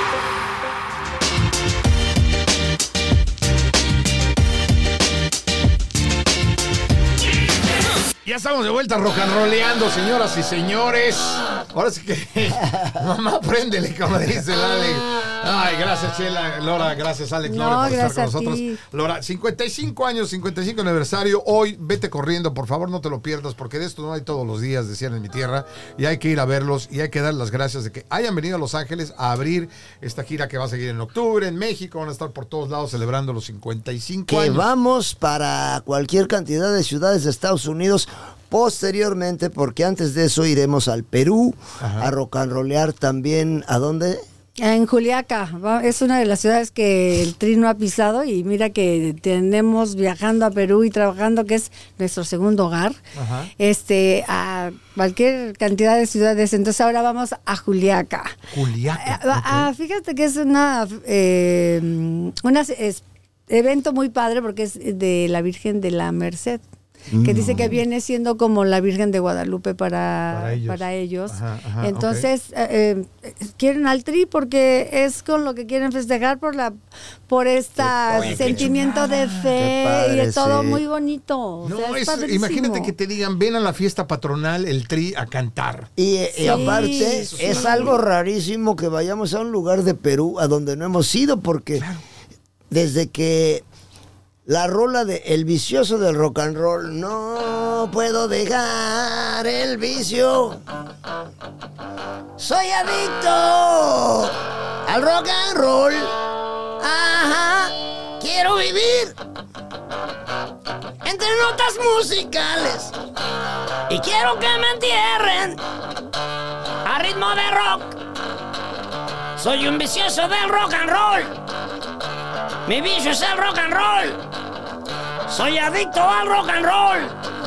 Ya estamos de vuelta rock and rolleando, señoras y señores. Ahora sí que mamá, préndele, como dice el Alex. Ay, gracias, Chela, Lora, gracias, Alex, Lora, por estar con nosotros. Lora, 55 años, 55 aniversario. Hoy vete corriendo, por favor, no te lo pierdas, porque de esto no hay todos los días, decían en mi tierra, y hay que ir a verlos y hay que dar las gracias de que hayan venido a Los Ángeles a abrir esta gira que va a seguir en octubre, en México, van a estar por todos lados celebrando los 55 años. Que vamos para cualquier cantidad de ciudades de Estados Unidos posteriormente, porque antes de eso iremos al Perú, a rock and rollear también. ¿A dónde? En Juliaca, es una de las ciudades que el Tri no ha pisado y mira que tenemos viajando a Perú y trabajando, que es nuestro segundo hogar, a cualquier cantidad de ciudades. Entonces ahora vamos a Juliaca. Juliaca. Fíjate que es evento muy padre porque es de la Virgen de la Merced. Que dice que viene siendo como la Virgen de Guadalupe para ellos. Ajá, entonces, quieren al Tri porque es con lo que quieren festejar por este sentimiento de fe padre, y de todo sí. muy bonito. No, o sea, es padrísimo. imagínate que te digan, ven a la fiesta patronal, el Tri, a cantar. Y aparte, es algo rarísimo que vayamos a un lugar de Perú a donde no hemos ido, porque desde que la rola de El Vicioso del Rock and Roll, no puedo dejar el vicio, soy adicto al rock and roll, ajá, quiero vivir entre notas musicales y quiero que me entierren a ritmo de rock, soy un vicioso del rock and roll, mi vicio es el rock and roll. Soy adicto al rock and roll.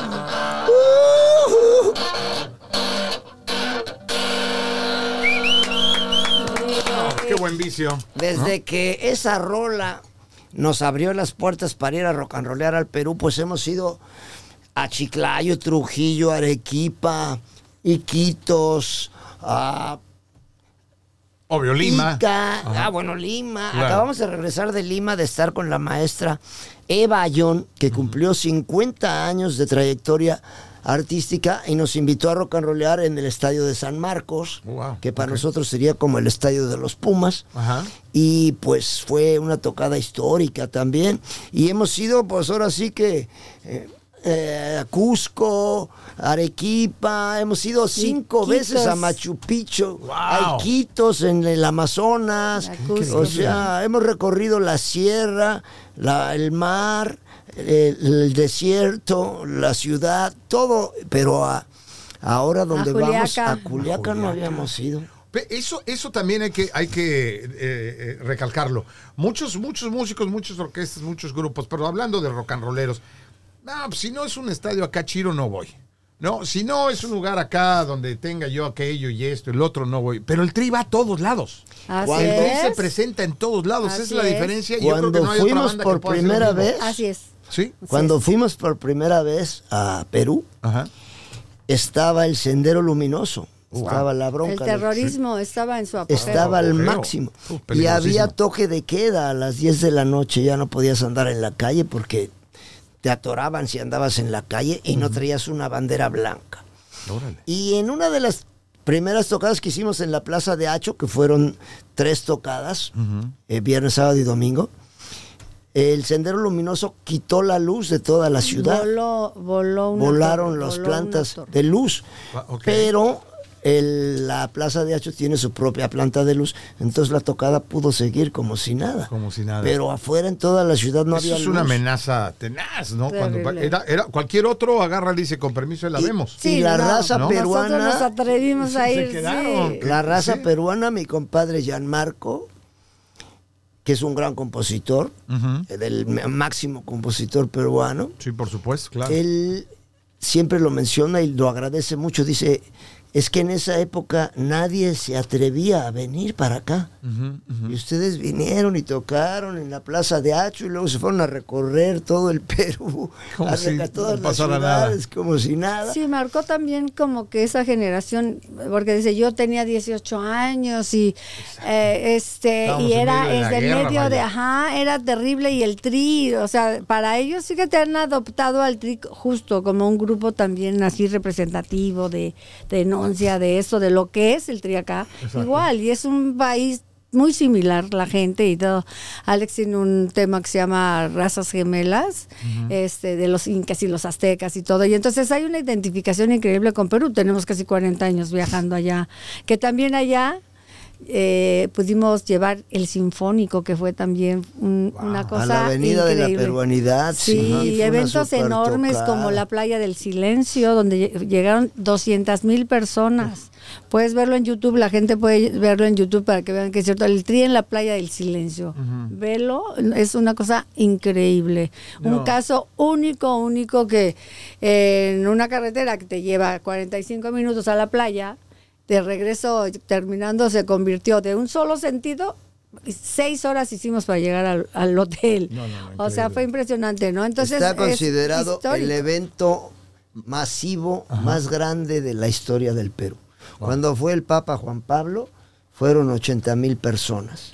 Qué buen vicio. Desde que esa rola nos abrió las puertas para ir a rock and rollear al Perú, pues hemos ido a Chiclayo, Trujillo, Arequipa, Iquitos, Obvio, Lima. Ica, Lima. Claro. Acabamos de regresar de Lima de estar con la maestra Eva Ayón, que cumplió 50 años de trayectoria artística y nos invitó a rock and rollear en el estadio de San Marcos, que para nosotros sería como el estadio de los Pumas. Ajá. Y pues fue una tocada histórica también. Y hemos ido, pues ahora sí que a Cusco, Arequipa, hemos ido 5 veces a Machu Picchu, a Iquitos en el Amazonas, o sea, hemos recorrido la sierra, el mar, el desierto, la ciudad, todo, pero ahora donde vamos, a Juliaca no habíamos ido. Eso también hay que recalcarlo. Muchos músicos, muchas orquestas, muchos grupos, pero hablando de rock and rolleros, no, pues si no es un estadio acá chiro, no voy. No, si no es un lugar acá donde tenga yo aquello y esto y el otro, no voy. Pero el Tri va a todos lados. Así el Tri es. se presenta en todos lados. Esa es la diferencia. Y Cuando yo creo que no hay fuimos otra banda por que pueda hacer primera lo mismo. vez, Así es. ¿Sí? Cuando fuimos por primera vez a Perú, estaba el Sendero Luminoso. Estaba la bronca. El terrorismo estaba en su apogeo. Estaba al máximo. Y había toque de queda a las 10 de la noche. Ya no podías andar en la calle porque te atoraban si andabas en la calle y no traías una bandera blanca. Órale. Y en una de las primeras tocadas que hicimos en la Plaza de Hacho, que fueron 3 tocadas, viernes, sábado y domingo, el Sendero Luminoso quitó la luz de toda la ciudad. Volaron las plantas de luz. Pero la Plaza de Hacho tiene su propia planta de luz, entonces la tocada pudo seguir como si nada. Como si nada. Pero afuera en toda la ciudad no había luz. Eso es una amenaza tenaz, ¿no? Cuando era cualquier otro agarra y dice, con permiso, la vemos. Sí, y la raza peruana. Nosotros nos atrevimos a ir. quedaron. La raza peruana, mi compadre Gianmarco, que es un gran compositor, el máximo compositor peruano. Sí, por supuesto, claro. Él siempre lo menciona y lo agradece mucho. Dice, es que en esa época nadie se atrevía a venir para acá. Y ustedes vinieron y tocaron en la Plaza de Hacho y luego se fueron a recorrer todo el Perú, como si todas no las pasara ciudades, nada. como si nada. Sí, marcó también como que esa generación, porque dice, yo tenía 18 años y y era era terrible, y el Tri, o sea, para ellos sí que te han adoptado al Tri justo como un grupo también así representativo de denuncia de eso, de lo que es el Tri acá. Exacto. Igual, y es un país muy similar la gente y todo. Alex tiene un tema que se llama Razas Gemelas, de los incas y los aztecas y todo. Y entonces hay una identificación increíble con Perú. Tenemos casi 40 años viajando allá. Que también allá pudimos llevar el sinfónico, que fue también una cosa a la Avenida increíble. de la Peruanidad. Sí, eventos enormes como la Playa del Silencio, donde llegaron 200,000 personas. Puedes verlo en YouTube, la gente puede verlo en YouTube para que vean que es cierto. El Tri en la Playa del Silencio. Velo, es una cosa increíble. Un caso único que en una carretera que te lleva 45 minutos a la playa, de regreso terminando se convirtió de un solo sentido. 6 horas hicimos para llegar al hotel. O sea, fue impresionante, ¿no? Entonces está considerado el evento masivo más grande de la historia del Perú. Cuando fue el Papa Juan Pablo, fueron 80,000 personas.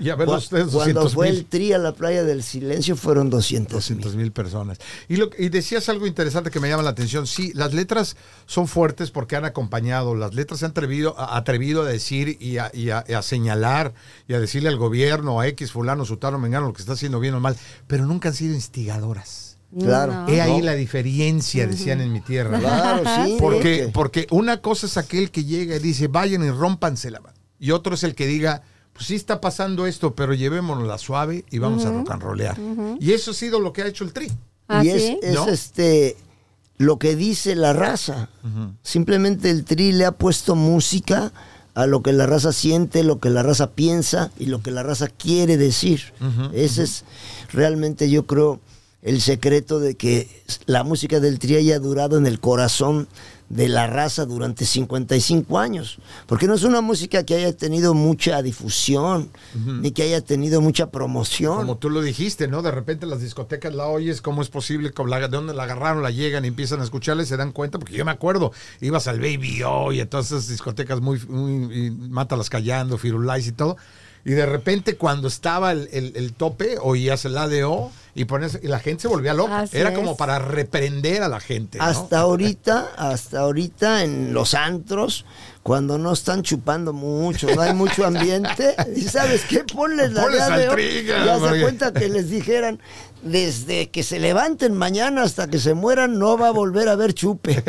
Cuando fue el Tri a la Playa del Silencio, fueron 200,000 personas. Y decías algo interesante que me llama la atención. Sí, las letras son fuertes porque han acompañado. Las letras se han atrevido a decir y a señalar y a decirle al gobierno, a X, fulano, sutano, mengano, lo que está haciendo bien o mal, pero nunca han sido instigadoras. Claro. He ahí la diferencia, decían en mi tierra. Claro, sí. Porque una cosa es aquel que llega y dice, vayan y rómpansela. Y otro es el que diga, pues sí está pasando esto, pero llevémonos la suave y vamos a rock and rollear. Y eso ha sido lo que ha hecho el Tri. Y es lo que dice la raza. Simplemente el Tri le ha puesto música a lo que la raza siente, lo que la raza piensa y lo que la raza quiere decir. Ese es realmente, yo creo, el secreto de que la música del Tri haya durado en el corazón de la raza durante 55 años. Porque no es una música que haya tenido mucha difusión, ni que haya tenido mucha promoción. Como tú lo dijiste, ¿no? De repente las discotecas la oyes, ¿cómo es posible? ¿De dónde la agarraron? La llegan y empiezan a escucharla y se dan cuenta. Porque yo me acuerdo, ibas al Baby O y a todas esas discotecas muy Mátalas Callando, Firulais y todo. Y de repente cuando estaba el tope, oías el ADO y la gente se volvía loca. Así Era es. como para reprender a la gente, ¿no? Hasta ahorita en los antros, cuando no están chupando mucho, no hay mucho ambiente, y ¿sabes qué? Ponles la al ADO Tri, y haz de cuenta que les dijeran, desde que se levanten mañana hasta que se mueran, no va a volver a haber chupe.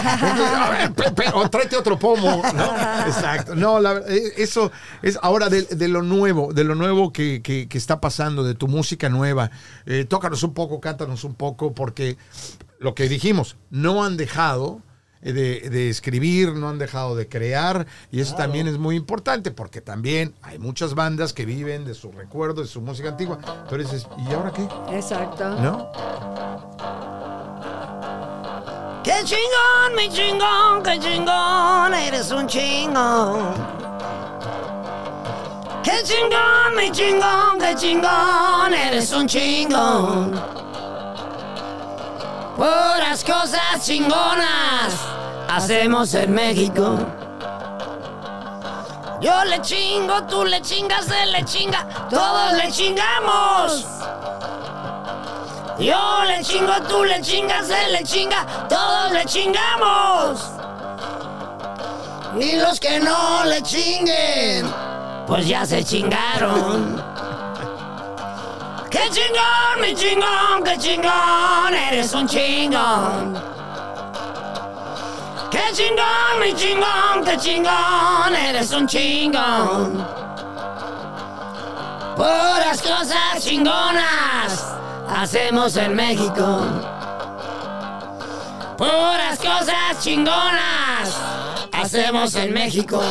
O tráete otro pomo, ¿no? Exacto. No, eso es ahora de lo nuevo que está pasando, de tu música nueva. Tócanos un poco, cántanos un poco, porque lo que dijimos, no han dejado de escribir, no han dejado de crear, y eso también es muy importante, porque también hay muchas bandas que viven de su recuerdo, de su música antigua. Entonces, ¿y ahora qué? Exacto. ¿No? ¡Qué chingón, mi chingón, qué chingón, eres un chingón! ¡Qué chingón, mi chingón, qué chingón, eres un chingón! Puras cosas chingonas hacemos en México. Yo le chingo, tú le chingas, él le chinga, todos le chingamos. Yo le chingo, tú le chingas, él le chinga, todos le chingamos. Y los que no le chinguen, pues ya se chingaron. ¡Qué chingón, mi chingón, qué chingón, eres un chingón! ¡Qué chingón, mi chingón, qué chingón, eres un chingón! Puras cosas chingonas hacemos en México. Puras cosas chingonas hacemos en México.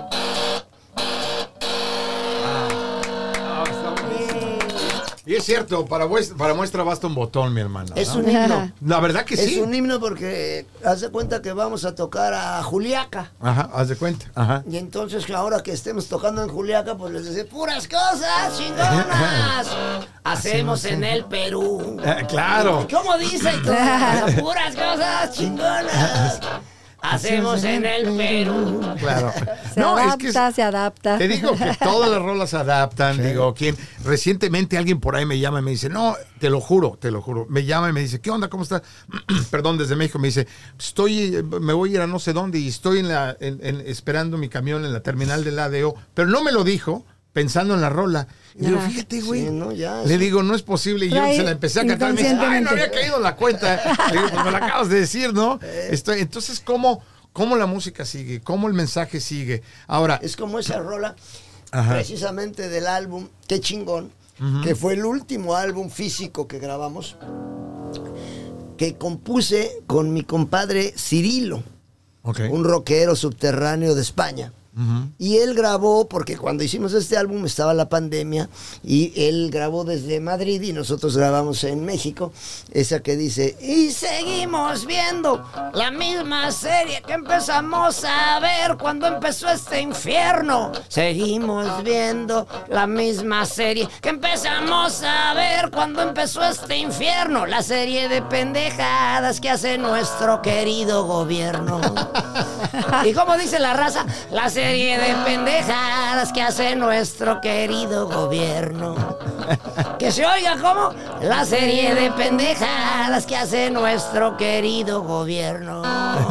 Y es cierto, para muestra basta un botón, mi hermana, ¿no? Es un himno. La verdad que sí. Es un himno porque haz de cuenta que vamos a tocar a Juliaca. Ajá, haz de cuenta. Ajá. Y entonces ahora que estemos tocando en Juliaca, pues les dice, puras cosas chingonas hacemos en el Perú. Claro. ¿Cómo dice? Puras cosas chingonas hacemos en el Perú. Claro. Se adapta. Te digo que todas las rolas se adaptan. Sí. Digo, recientemente alguien por ahí me llama y me dice, no, te lo juro. Me llama y me dice, ¿qué onda? ¿Cómo estás? Perdón, desde México. Me dice, me voy a ir a no sé dónde y estoy esperando mi camión en la terminal del ADO. Pero no me lo dijo pensando en la rola. Y digo, fíjate, güey. Sí, le digo, no es posible. Y yo se la empecé a cantar. Me dice, ay, no había caído en la cuenta. Le digo, pues me la acabas de decir, ¿no? Entonces, ¿cómo cómo la música sigue, cómo el mensaje sigue. Ahora, es como esa rola, ajá, precisamente del álbum Qué Chingón, que fue el último álbum físico que grabamos, que compuse con mi compadre Cirilo, okay, un rockero subterráneo de España. Y él grabó, porque cuando hicimos este álbum estaba la pandemia, y él grabó desde Madrid y nosotros grabamos en México, esa que dice: y seguimos viendo la misma serie que empezamos a ver cuando empezó este infierno. Seguimos viendo la misma serie que empezamos a ver cuando empezó este infierno. La serie de pendejadas que hace nuestro querido gobierno. ¿Y cómo dice la raza? La serie de pendejadas que hace nuestro querido gobierno. Que se oiga como la serie de pendejadas que hace nuestro querido gobierno.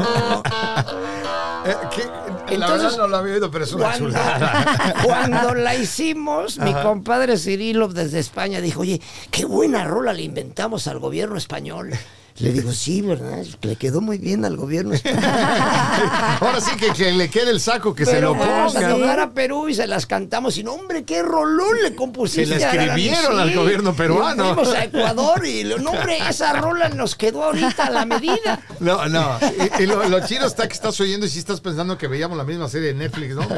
La verdad no la había oído, pero es una chulada. Cuando la hicimos, mi compadre Cirilo desde España dijo: oye, qué buena rola le inventamos al gobierno español. Le digo: sí, ¿verdad? Le quedó muy bien al gobierno español. Ahora sí que le quede el saco, que pero se lo vamos a ponga. tocar a Perú y se las cantamos. Y no, hombre, qué rolón le compusiste. Se la escribieron al gobierno peruano. Y fuimos a Ecuador y, no, hombre, esa rola nos quedó ahorita a la medida. No. Y lo chido está que estás oyendo y si estás pensando que veíamos la misma serie de Netflix, ¿no?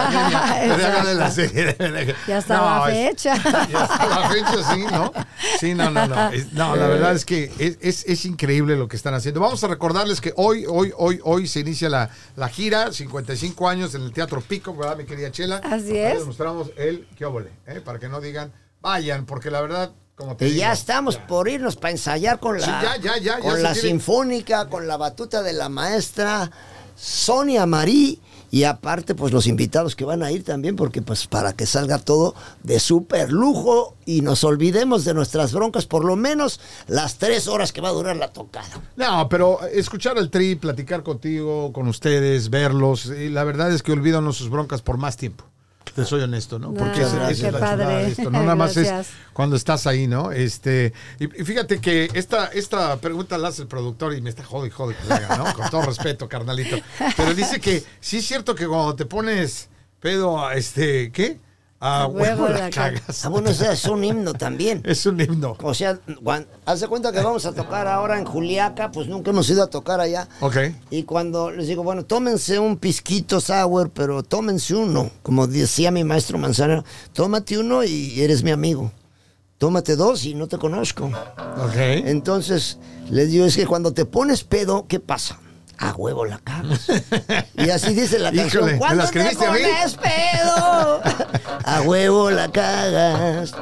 La serie ya está la fecha. Ya está la fecha, sí, ¿no? Sí, no. No, la verdad es que es increíble lo que están haciendo. Vamos a recordarles que hoy se inicia la gira, 55 años en el Teatro Pico, ¿verdad, mi querida Chela? Así es. Les mostramos el qué óvole, para que no digan, vayan, porque la verdad, como te y digo, ya estamos por irnos para ensayar con la, con la sinfónica, con la batuta de la maestra Sonia Marí. Y aparte, pues los invitados que van a ir también, porque pues para que salga todo de súper lujo y nos olvidemos de nuestras broncas, por lo menos las 3 horas que va a durar la tocada. No, pero escuchar al Tri, platicar contigo, con ustedes, verlos, y la verdad es que olvido uno sus broncas por más tiempo. Te soy honesto, ¿no? Porque esa es la chulada de esto. No nada más es cuando estás ahí, ¿no? Y fíjate que esta pregunta la hace el productor y me está jode, ¿no? Con todo respeto, carnalito. Pero dice que sí es cierto que cuando te pones pedo, ¿qué? A huevo la cagas. Bueno, ese es un himno también. Es un himno. O sea, haz de cuenta que vamos a tocar ahora en Juliaca, pues nunca hemos ido a tocar allá. Ok. Y cuando les digo, bueno, tómense un pisquito sour, pero tómense uno. Como decía mi maestro Manzanero, tómate uno y eres mi amigo. Tómate 2 y no te conozco. Ok. Entonces, les digo, es que cuando te pones pedo, ¿qué pasa? A huevo la cagas. Y así dice la canción. Híjole, ¿cuándo te pones pedo? A huevo la cagas.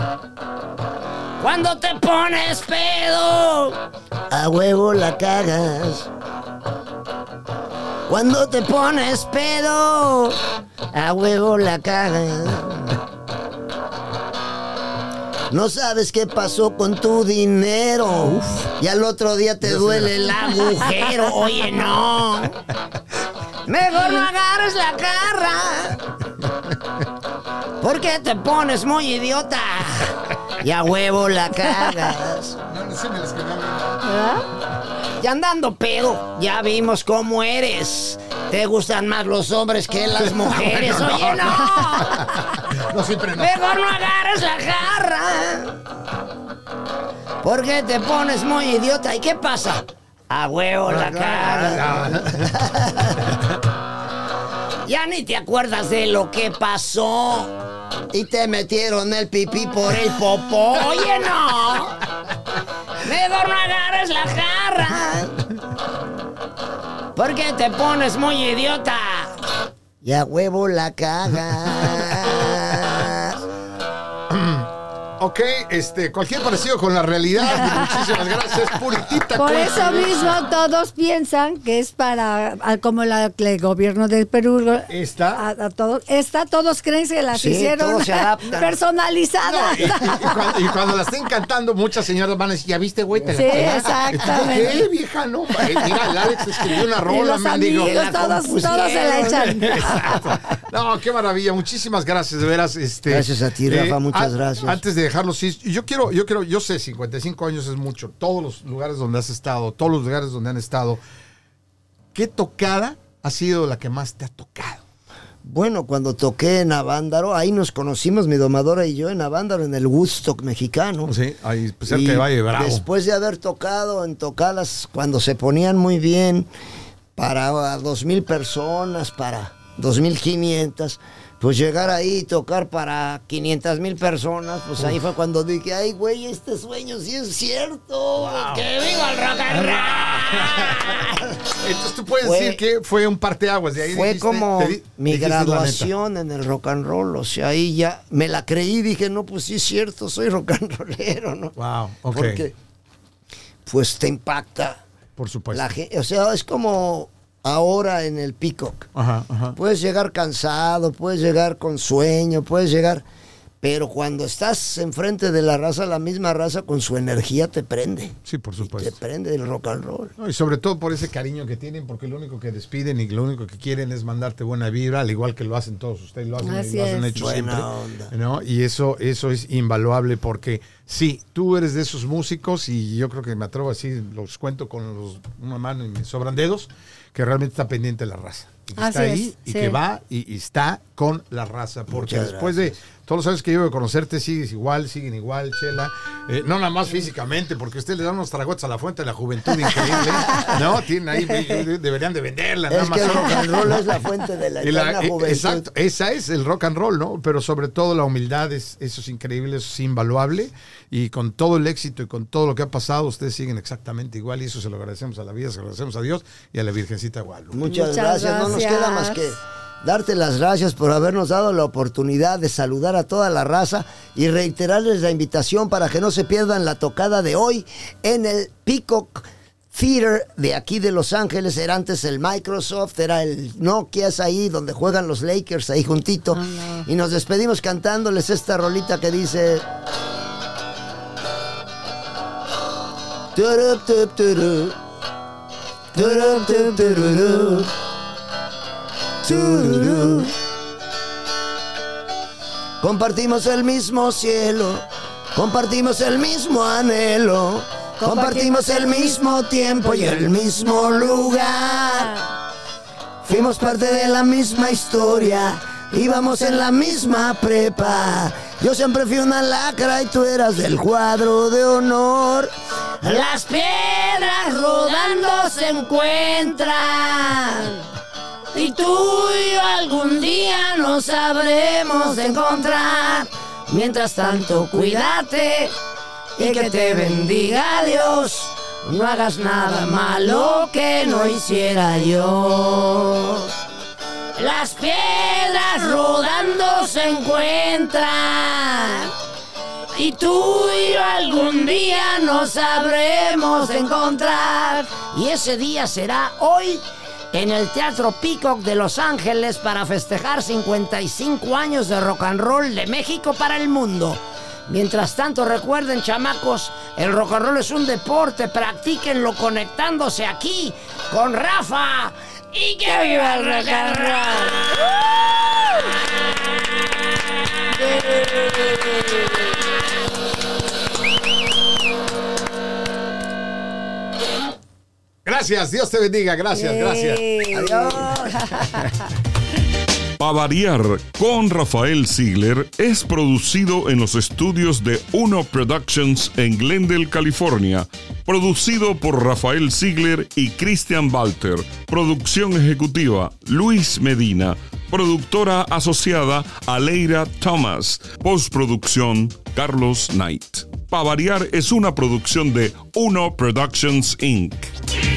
Cuando te pones pedo, a huevo la cagas. Cuando te pones pedo, a huevo la cagas. No sabes qué pasó con tu dinero. Y al otro día te duele el agujero. Oye, no. Mejor no agarres la garra, porque te pones muy idiota y a huevo la cagas. No sé, me las quedé. Y andando pedo, ya vimos cómo eres. Te gustan más los hombres que las mujeres. Bueno, oye, no. No, siempre no. Mejor no agarres la jarra, porque te pones muy idiota. ¿Y qué pasa? A huevo la cagas. Ya ni te acuerdas de lo que pasó y te metieron el pipí por el popó. Oye, no. Mejor no agarres la jarra, porque te pones muy idiota y a huevo la cagas. Ok, cualquier parecido con la realidad, muchísimas gracias, puritita. Por eso mismo todos piensan que es para, como el gobierno del Perú, todos creen que las hicieron personalizadas. No, y cuando la estén cantando, muchas señoras van a decir, ¿ya viste, güey? Sí, exactamente. ¿Qué, vieja? No, mira, el Alex escribió una rola, me digo. Todos se la echan. No, qué maravilla, muchísimas gracias, de veras. Gracias a ti, Rafa, muchas gracias. Antes de dejarlo, sí, yo sé, 55 años es mucho, todos los lugares donde has estado, todos los lugares donde han estado, ¿qué tocada ha sido la que más te ha tocado? Bueno, cuando toqué en Avándaro, ahí nos conocimos, mi domadora y yo, en Avándaro, en el Woodstock mexicano. Sí, ahí cerca de Valle Bravo. Después de haber tocado en tocadas, cuando se ponían muy bien, para 2,000 personas, para 2,500, pues llegar ahí y tocar para 500,000 personas, pues ahí fue cuando dije, ay, güey, este sueño sí es cierto, wow. ¡Que viva el rock and roll! Entonces tú puedes decir que fue un parteaguas de ahí. Fue como mi graduación en el rock and roll, o sea, ahí ya me la creí, dije, no, pues sí es cierto, soy rock and rollero, ¿no? Wow, ok. Porque, pues te impacta. Por supuesto. La gente, o sea, es como... Ahora en el Peacock. Ajá, ajá. Puedes llegar cansado, puedes llegar con sueño, puedes llegar... Pero cuando estás enfrente de la raza, la misma raza con su energía te prende. Sí, por supuesto. Te prende el rock and roll. No, y sobre todo por ese cariño que tienen, porque lo único que despiden y lo único que quieren es mandarte buena vibra, al igual que lo hacen todos ustedes, lo hacen hecho buena siempre. Onda. ¿No? Y eso es invaluable porque sí, tú eres de esos músicos y yo creo que me atrevo así, los cuento con una mano y me sobran dedos, que realmente está pendiente de la raza. Y que está ahí y que va y está con la raza. Porque después de todos los años que llevo de conocerte, siguen igual, Chela. No nada más físicamente, porque ustedes le dan unos tragotes a la fuente de la juventud increíble. No, tienen ahí, deberían de venderla. Es que el rock and roll es la fuente de la eterna juventud. Exacto, esa es el rock and roll, ¿no? Pero sobre todo la humildad, eso es increíble, eso es invaluable. Y con todo el éxito y con todo lo que ha pasado, ustedes siguen exactamente igual y eso se lo agradecemos a la vida, se lo agradecemos a Dios y a la Virgencita de Guadalupe. Muchas gracias. No nos queda más que darte las gracias por habernos dado la oportunidad de saludar a toda la raza y reiterarles la invitación para que no se pierdan la tocada de hoy en el Peacock Theater de aquí de Los Ángeles. Era antes el Microsoft, era el Nokia, es ahí donde juegan los Lakers, ahí juntito. Y nos despedimos cantándoles esta rolita que dice... Turup, turup, turup. Turup, turup, turup. Tururú. Compartimos el mismo cielo, compartimos el mismo anhelo, compartimos el mismo tiempo y el mismo lugar. Fuimos parte de la misma historia, íbamos en la misma prepa. Yo siempre fui una lacra y tú eras del cuadro de honor. Las piedras rodando se encuentran y tú y yo algún día nos sabremos encontrar. Mientras tanto, cuídate y que te bendiga Dios. No hagas nada malo que no hiciera yo. Las piedras rodando se encuentran y tú y yo algún día nos sabremos encontrar. Y ese día será hoy en el Teatro Peacock de Los Ángeles para festejar 55 años de rock and roll de México para el mundo. Mientras tanto, recuerden, chamacos, el rock and roll es un deporte, practíquenlo conectándose aquí con Rafa y que viva el rock and roll. Gracias, Dios te bendiga, gracias. Adiós. Pa' variar con Rafael Ziegler es producido en los estudios de Uno Productions en Glendale, California. Producido por Rafael Ziegler y Christian Walter. Producción ejecutiva Luis Medina. Productora asociada Aleira Thomas. Postproducción Carlos Knight. Pa' variar es una producción de Uno Productions Inc.